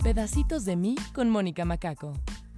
Pedacitos de mí con Mónica Macaco.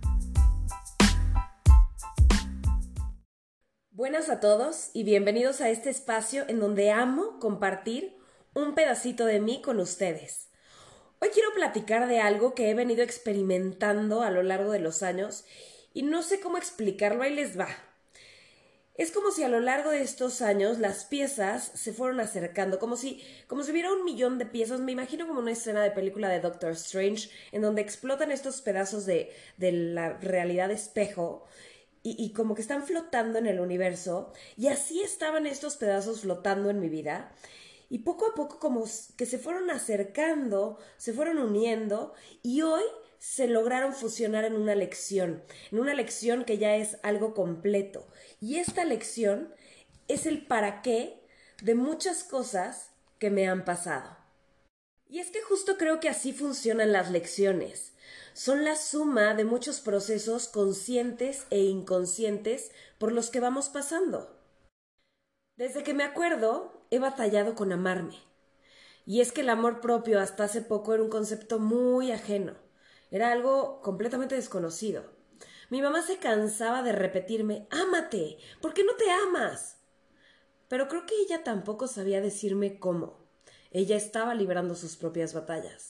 Buenas a todos y bienvenidos a este espacio en donde amo compartir un pedacito de mí con ustedes. Hoy quiero platicar de algo que he venido experimentando a lo largo de los años y no sé cómo explicarlo, ahí les va. Es como si a lo largo de estos años las piezas se fueron acercando, como si hubiera un millón de piezas. Me imagino como una escena de película de Doctor Strange, en donde explotan estos pedazos de la realidad espejo y como que están flotando en el universo. Y así estaban estos pedazos flotando en mi vida. Y poco a poco como que se fueron acercando, se fueron uniendo y hoy se lograron fusionar en una lección que ya es algo completo. Y esta lección es el para qué de muchas cosas que me han pasado. Y es que justo creo que así funcionan las lecciones. Son la suma de muchos procesos conscientes e inconscientes por los que vamos pasando. Desde que me acuerdo, he batallado con amarme. Y es que el amor propio hasta hace poco era un concepto muy ajeno. Era algo completamente desconocido. Mi mamá se cansaba de repetirme, ámate, ¿por qué no te amas? Pero creo que ella tampoco sabía decirme cómo. Ella estaba librando sus propias batallas.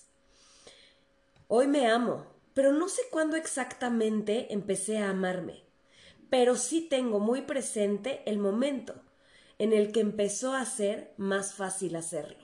Hoy me amo, pero no sé cuándo exactamente empecé a amarme. Pero sí tengo muy presente el momento en el que empezó a ser más fácil hacerlo.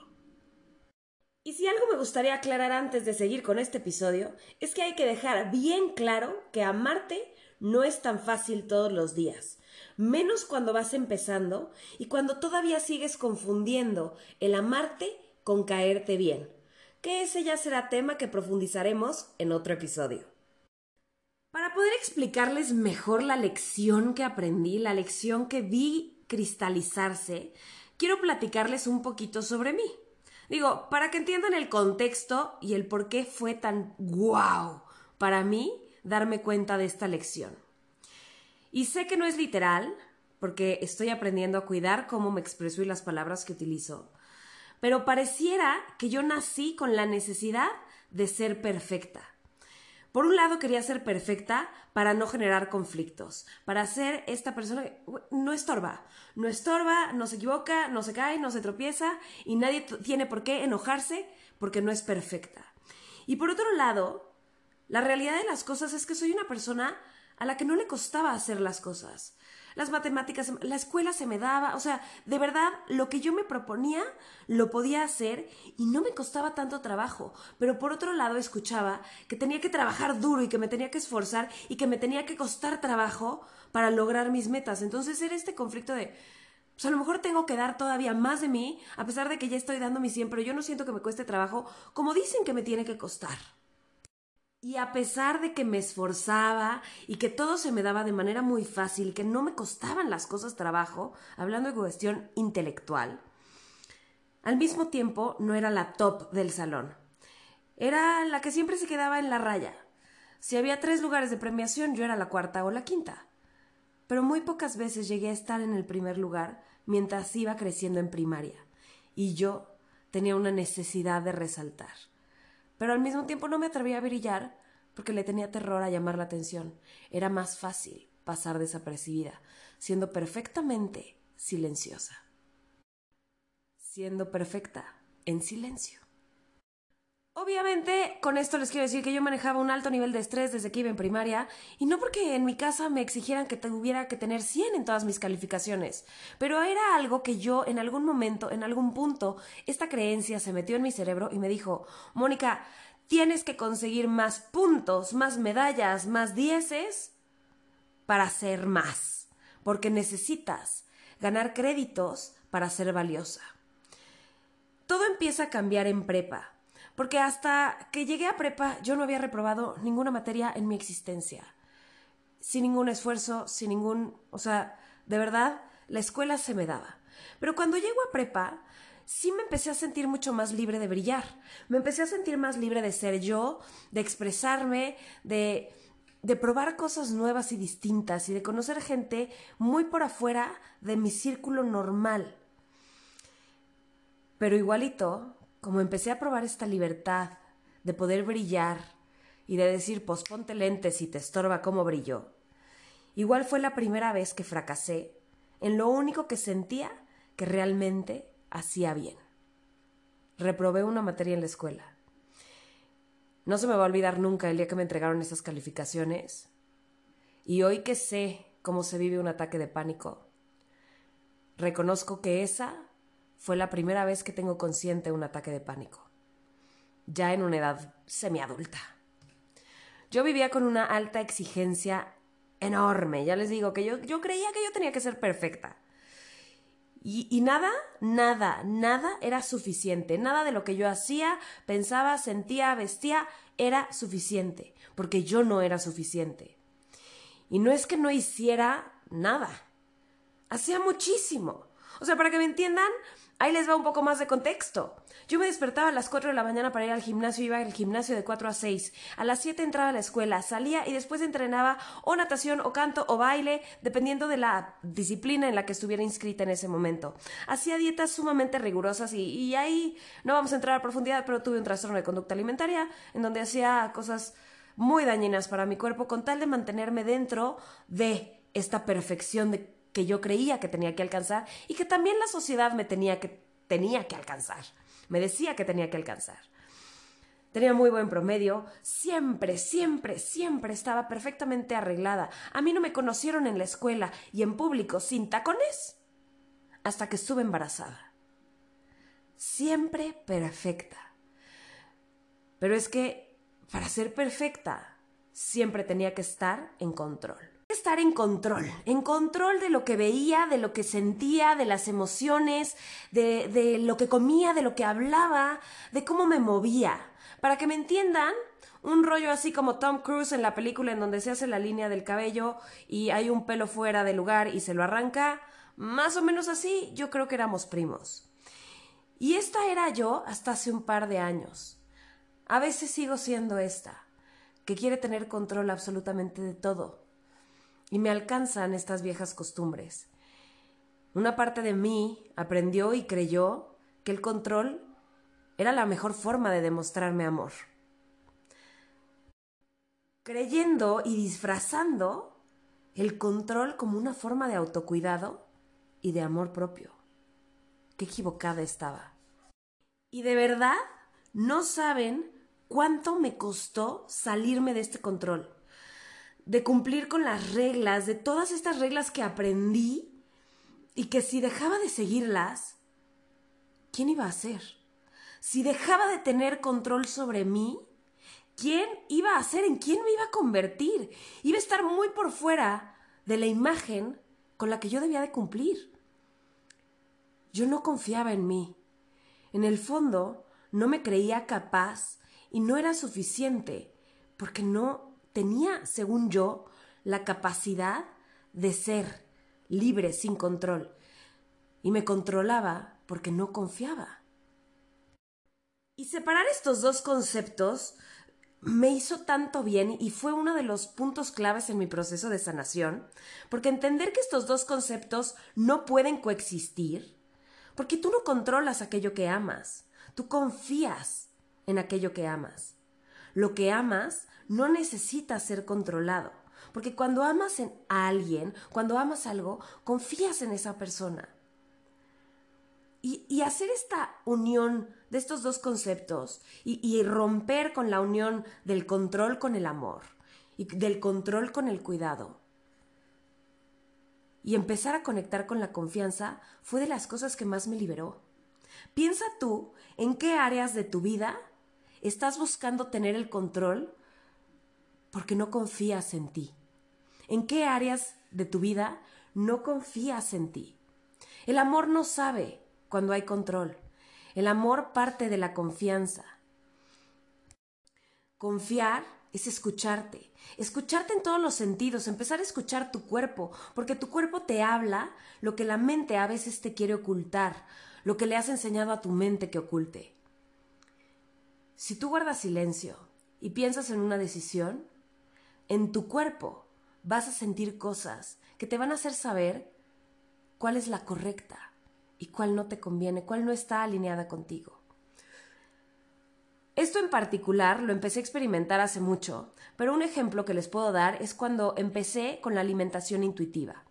Y si algo me gustaría aclarar antes de seguir con este episodio, es que hay que dejar bien claro que amarte no es tan fácil todos los días, menos cuando vas empezando y cuando todavía sigues confundiendo el amarte con caerte bien, que ese ya será tema que profundizaremos en otro episodio. Para poder explicarles mejor la lección que aprendí, la lección que vi cristalizarse, quiero platicarles un poquito sobre mí. Digo, para que entiendan el contexto y el por qué fue tan guau para mí darme cuenta de esta lección. Y sé que no es literal, porque estoy aprendiendo a cuidar cómo me expreso y las palabras que utilizo, pero pareciera que yo nací con la necesidad de ser perfecta. Por un lado quería ser perfecta para no generar conflictos, para ser esta persona que no estorba, no se equivoca, no se cae, no se tropieza y nadie tiene por qué enojarse porque no es perfecta. Y por otro lado, la realidad de las cosas es que soy una persona a la que no le costaba hacer las cosas. Las matemáticas, la escuela se me daba, o sea, de verdad, lo que yo me proponía lo podía hacer y no me costaba tanto trabajo. Pero por otro lado escuchaba que tenía que trabajar duro y que me tenía que esforzar y que me tenía que costar trabajo para lograr mis metas. Entonces era este conflicto de, pues a lo mejor tengo que dar todavía más de mí, a pesar de que ya estoy dando mi 100, pero yo no siento que me cueste trabajo como dicen que me tiene que costar. Y a pesar de que me esforzaba y que todo se me daba de manera muy fácil, que no me costaban las cosas trabajo, hablando de cuestión intelectual, al mismo tiempo no era la top del salón. Era la que siempre se quedaba en la raya. Si había 3 lugares de premiación, yo era la cuarta o la quinta. Pero muy pocas veces llegué a estar en el primer lugar mientras iba creciendo en primaria. Y yo tenía una necesidad de resaltar. Pero al mismo tiempo no me atrevía a brillar porque le tenía terror a llamar la atención. Era más fácil pasar desapercibida, siendo perfectamente silenciosa. Siendo perfecta en silencio. Obviamente, con esto les quiero decir que yo manejaba un alto nivel de estrés desde que iba en primaria, y no porque en mi casa me exigieran que tuviera que tener 100 en todas mis calificaciones, pero era algo que yo en algún momento, en algún punto, esta creencia se metió en mi cerebro y me dijo, Mónica, tienes que conseguir más puntos, más medallas, más dieces para ser más, porque necesitas ganar créditos para ser valiosa. Todo empieza a cambiar en prepa. Porque hasta que llegué a prepa yo no había reprobado ninguna materia en mi existencia. Sin ningún esfuerzo, sin ningún... O sea, de verdad, la escuela se me daba. Pero cuando llego a prepa, sí me empecé a sentir mucho más libre de brillar. Me empecé a sentir más libre de ser yo, de expresarme, de probar cosas nuevas y distintas y de conocer gente muy por afuera de mi círculo normal. Pero igualito, como empecé a probar esta libertad de poder brillar y de decir, pues ponte lentes si te estorba cómo brilló. Igual fue la primera vez que fracasé en lo único que sentía que realmente hacía bien. Reprobé una materia en la escuela. No se me va a olvidar nunca el día que me entregaron esas calificaciones. Y hoy que sé cómo se vive un ataque de pánico, reconozco que esa fue la primera vez que tengo consciente un ataque de pánico, ya en una edad semiadulta. Yo vivía con una alta exigencia enorme. Ya les digo que yo creía que yo tenía que ser perfecta. Y nada era suficiente. Nada de lo que yo hacía, pensaba, sentía, vestía, era suficiente. Porque yo no era suficiente. Y no es que no hiciera nada. Hacía muchísimo. O sea, para que me entiendan, ahí les va un poco más de contexto. Yo me despertaba a las 4 de la mañana para ir al gimnasio, iba al gimnasio de 4 a 6. A las 7 entraba a la escuela, salía y después entrenaba o natación o canto o baile, dependiendo de la disciplina en la que estuviera inscrita en ese momento. Hacía dietas sumamente rigurosas y ahí no vamos a entrar a profundidad, pero tuve un trastorno de conducta alimentaria en donde hacía cosas muy dañinas para mi cuerpo con tal de mantenerme dentro de esta perfección que yo creía que tenía que alcanzar y que también la sociedad me tenía que alcanzar. Me decía que tenía que alcanzar. Tenía muy buen promedio, siempre estaba perfectamente arreglada. A mí no me conocieron en la escuela y en público sin tacones hasta que estuve embarazada. Siempre perfecta. Pero es que para ser perfecta siempre tenía que estar en control. Estar en control de lo que veía, de lo que sentía, de las emociones, de lo que comía, de lo que hablaba, de cómo me movía. Para que me entiendan, un rollo así como Tom Cruise en la película en donde se hace la línea del cabello y hay un pelo fuera de lugar y se lo arranca, más o menos así, yo creo que éramos primos. Y esta era yo hasta hace un par de años. A veces sigo siendo esta, que quiere tener control absolutamente de todo. Y me alcanzan estas viejas costumbres. Una parte de mí aprendió y creyó que el control era la mejor forma de demostrarme amor. Creyendo y disfrazando el control como una forma de autocuidado y de amor propio. Qué equivocada estaba. Y de verdad no saben cuánto me costó salirme de este control. De cumplir con las reglas, de todas estas reglas que aprendí y que si dejaba de seguirlas, ¿quién iba a ser? Si dejaba de tener control sobre mí, ¿quién iba a ser? ¿En quién me iba a convertir? Iba a estar muy por fuera de la imagen con la que yo debía de cumplir. Yo no confiaba en mí. En el fondo, no me creía capaz y no era suficiente porque no tenía, según yo, la capacidad de ser libre sin control. Y me controlaba porque no confiaba. Y separar estos dos conceptos me hizo tanto bien y fue uno de los puntos claves en mi proceso de sanación, porque entender que estos dos conceptos no pueden coexistir, porque tú no controlas aquello que amas, tú confías en aquello que amas. Lo que amas no necesita ser controlado, porque cuando amas a alguien, cuando amas algo, confías en esa persona. Y hacer esta unión de estos dos conceptos y romper con la unión del control con el amor y del control con el cuidado y empezar a conectar con la confianza fue de las cosas que más me liberó. Piensa tú en qué áreas de tu vida estás buscando tener el control porque no confías en ti. ¿En qué áreas de tu vida no confías en ti? El amor no sabe cuando hay control. El amor parte de la confianza. Confiar es escucharte en todos los sentidos, empezar a escuchar tu cuerpo, porque tu cuerpo te habla lo que la mente a veces te quiere ocultar, lo que le has enseñado a tu mente que oculte. Si tú guardas silencio y piensas en una decisión, en tu cuerpo vas a sentir cosas que te van a hacer saber cuál es la correcta y cuál no te conviene, cuál no está alineada contigo. Esto en particular lo empecé a experimentar hace mucho, pero un ejemplo que les puedo dar es cuando empecé con la alimentación intuitiva.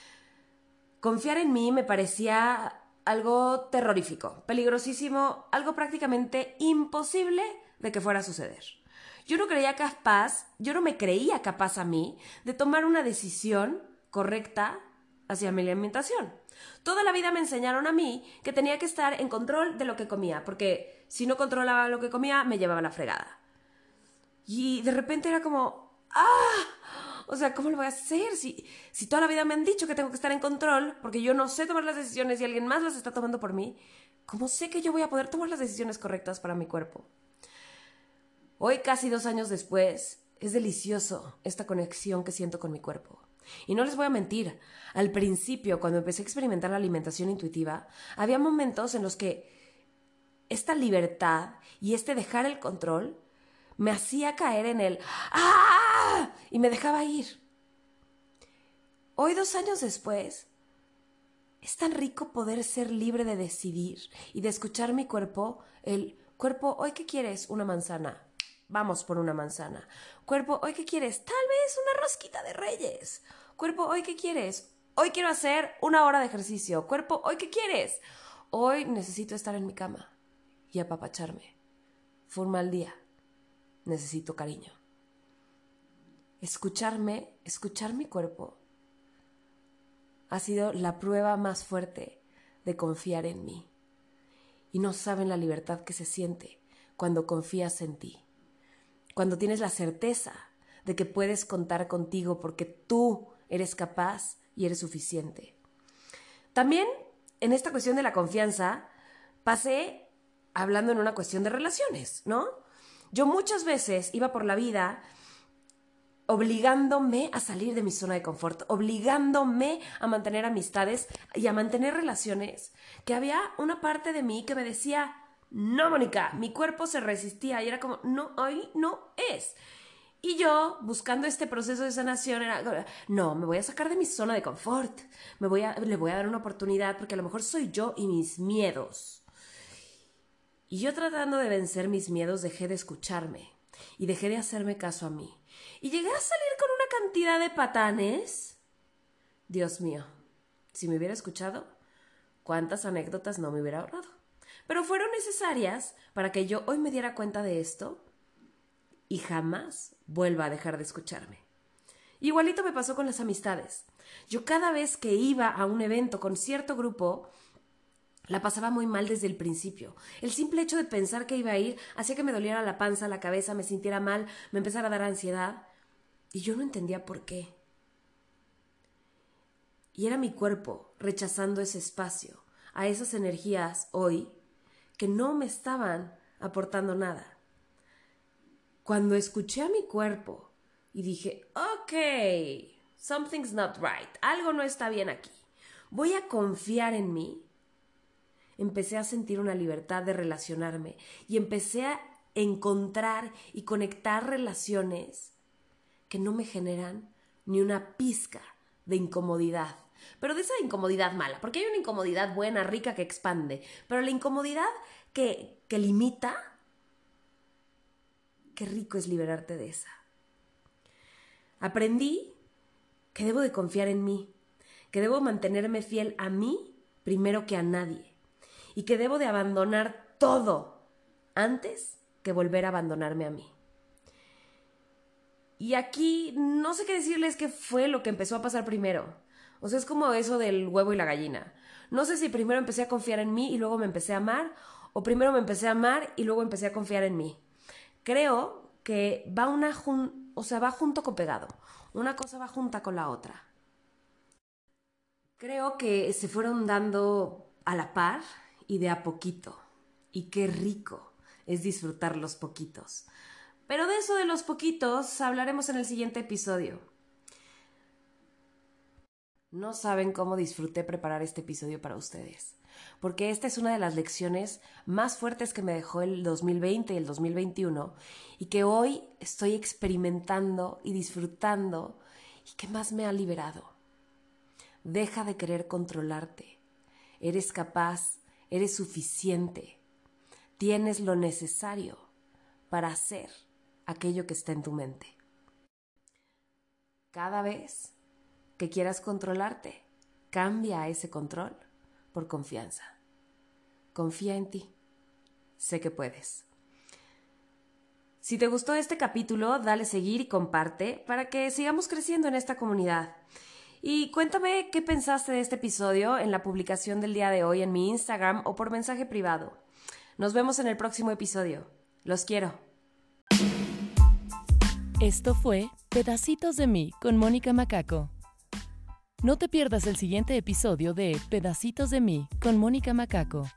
Confiar en mí me parecía algo terrorífico, peligrosísimo, algo prácticamente imposible de que fuera a suceder. Yo no me creía capaz a mí de tomar una decisión correcta hacia mi alimentación. Toda la vida me enseñaron a mí que tenía que estar en control de lo que comía, porque si no controlaba lo que comía, me llevaba la fregada. Y de repente era como, o sea, ¿cómo lo voy a hacer? Si toda la vida me han dicho que tengo que estar en control, porque yo no sé tomar las decisiones y alguien más las está tomando por mí, ¿cómo sé que yo voy a poder tomar las decisiones correctas para mi cuerpo? Hoy, casi 2 años después, es delicioso esta conexión que siento con mi cuerpo. Y no les voy a mentir, al principio, cuando empecé a experimentar la alimentación intuitiva, había momentos en los que esta libertad y este dejar el control me hacía caer en el ¡ah! Y me dejaba ir. Hoy, 2 años después, es tan rico poder ser libre de decidir y de escuchar mi cuerpo. El cuerpo, ¿hoy qué quieres? Una manzana. Vamos por una manzana. Cuerpo, ¿hoy qué quieres? Tal vez una rosquita de Reyes. Cuerpo, ¿hoy qué quieres? Hoy quiero hacer 1 hora de ejercicio. Cuerpo, ¿hoy qué quieres? Hoy necesito estar en mi cama y apapacharme. Fue un mal día. Necesito cariño. Escuchar mi cuerpo ha sido la prueba más fuerte de confiar en mí. Y no saben la libertad que se siente cuando confías en ti. Cuando tienes la certeza de que puedes contar contigo porque tú eres capaz y eres suficiente. También, en esta cuestión de la confianza, pasé hablando en una cuestión de relaciones, ¿no? Yo muchas veces iba por la vida obligándome a salir de mi zona de confort, obligándome a mantener amistades y a mantener relaciones, que había una parte de mí que me decía, no, Mónica, mi cuerpo se resistía y era como, no, hoy no es. Y yo, buscando este proceso de sanación, era, no, me voy a sacar de mi zona de confort, le voy a dar una oportunidad porque a lo mejor soy yo y mis miedos. Y yo, tratando de vencer mis miedos, dejé de escucharme y dejé de hacerme caso a mí. Y llegué a salir con una cantidad de patanes. Dios mío, si me hubiera escuchado, cuántas anécdotas no me hubiera ahorrado. Pero fueron necesarias para que yo hoy me diera cuenta de esto y jamás vuelva a dejar de escucharme. Igualito me pasó con las amistades. Yo, cada vez que iba a un evento con cierto grupo, la pasaba muy mal desde el principio. El simple hecho de pensar que iba a ir hacía que me doliera la panza, la cabeza, me sintiera mal, me empezara a dar ansiedad. Y yo no entendía por qué. Y era mi cuerpo rechazando ese espacio, a esas energías hoy que no me estaban aportando nada. Cuando escuché a mi cuerpo y dije, ok, something's not right, algo no está bien aquí, voy a confiar en mí, empecé a sentir una libertad de relacionarme y empecé a encontrar y conectar relaciones que no me generan ni una pizca de incomodidad. Pero de esa incomodidad mala, porque hay una incomodidad buena, rica, que expande, pero la incomodidad que limita, qué rico es liberarte de esa. Aprendí que debo de confiar en mí, que debo mantenerme fiel a mí primero que a nadie, y que debo de abandonar todo antes que volver a abandonarme a mí. Y aquí no sé qué decirles qué fue lo que empezó a pasar primero. O sea, es como eso del huevo y la gallina. No sé si primero empecé a confiar en mí y luego me empecé a amar, o primero me empecé a amar y luego empecé a confiar en mí. Creo que va junto con pegado. Una cosa va junta con la otra. Creo que se fueron dando a la par y de a poquito. Y qué rico es disfrutar los poquitos. Pero de eso de los poquitos hablaremos en el siguiente episodio. No saben cómo disfruté preparar este episodio para ustedes, porque esta es una de las lecciones más fuertes que me dejó el 2020 y el 2021 y que hoy estoy experimentando y disfrutando y que más me ha liberado. Deja de querer controlarte. Eres capaz, eres suficiente, tienes lo necesario para hacer aquello que está en tu mente. Cada vez que quieras controlarte, cambia ese control por confianza. Confía en ti. Sé que puedes. Si te gustó este capítulo, dale seguir y comparte para que sigamos creciendo en esta comunidad. Y cuéntame qué pensaste de este episodio en la publicación del día de hoy en mi Instagram o por mensaje privado. Nos vemos en el próximo episodio. Los quiero. Esto fue Pedacitos de mí con Mónica Macaco. No te pierdas el siguiente episodio de Pedacitos de mí con Mónica Macaco.